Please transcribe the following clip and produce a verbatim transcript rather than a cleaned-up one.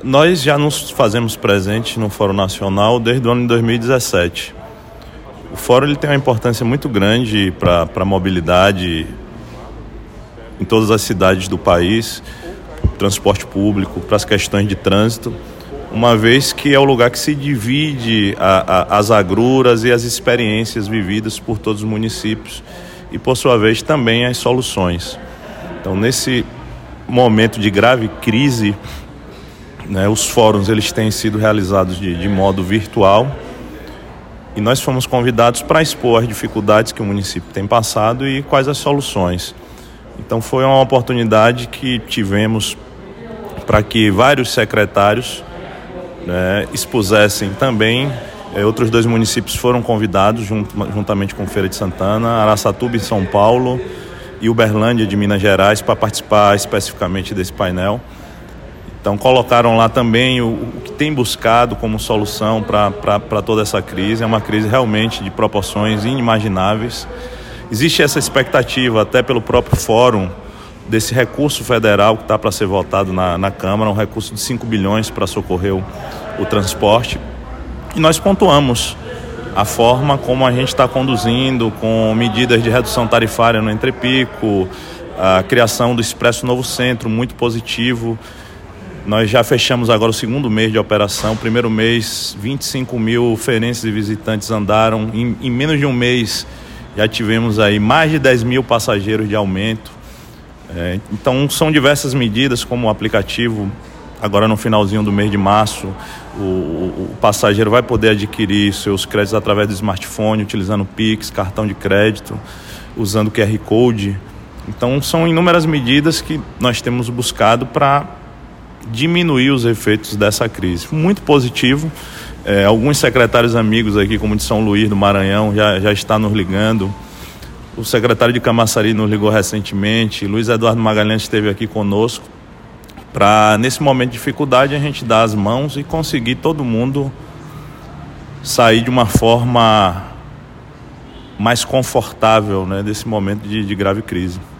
Nós já nos fazemos presente no Fórum Nacional desde o ano de dois mil e dezessete. O Fórum ele tem uma importância muito grande para a mobilidade em todas as cidades do país, transporte público, para as questões de trânsito, uma vez que é o lugar que se divide a, a, as agruras e as experiências vividas por todos os municípios e, por sua vez, também as soluções. Então, nesse momento de grave crise, né, os fóruns eles têm sido realizados de, de modo virtual e nós fomos convidados para expor as dificuldades que o município tem passado e quais as soluções. Então, foi uma oportunidade que tivemos para que vários secretários, né, expusessem também. É, outros dois municípios foram convidados, junt, juntamente com Feira de Santana, Araçatuba, em São Paulo, e Uberlândia, de Minas Gerais, para participar especificamente desse painel. Então, colocaram lá também o, o que tem buscado como solução para toda essa crise. É uma crise realmente de proporções inimagináveis. Existe essa expectativa, até pelo próprio fórum, desse recurso federal que está para ser votado na, na Câmara, um recurso de cinco bilhões para socorrer o, o transporte. E nós pontuamos a forma como a gente está conduzindo, com medidas de redução tarifária no Entrepico, a criação do Expresso Novo Centro, muito positivo. Nós já fechamos agora o segundo mês de operação. Primeiro mês, vinte e cinco mil feirenses e visitantes andaram. Em, em menos de um mês, já tivemos aí mais de dez mil passageiros de aumento. É, então, são diversas medidas, como o aplicativo. Agora, no finalzinho do mês de março, o, o, o passageiro vai poder adquirir seus créditos através do smartphone, utilizando o Pix, cartão de crédito, usando o Q R Code. Então, são inúmeras medidas que nós temos buscado para diminuir os efeitos dessa crise. Muito positivo. É, alguns secretários amigos aqui, como de São Luís, do Maranhão, já, já está nos ligando. O secretário de Camaçari nos ligou recentemente. Luiz Eduardo Magalhães esteve aqui conosco para, nesse momento de dificuldade, a gente dar as mãos e conseguir todo mundo sair de uma forma mais confortável, né, desse momento de, de grave crise.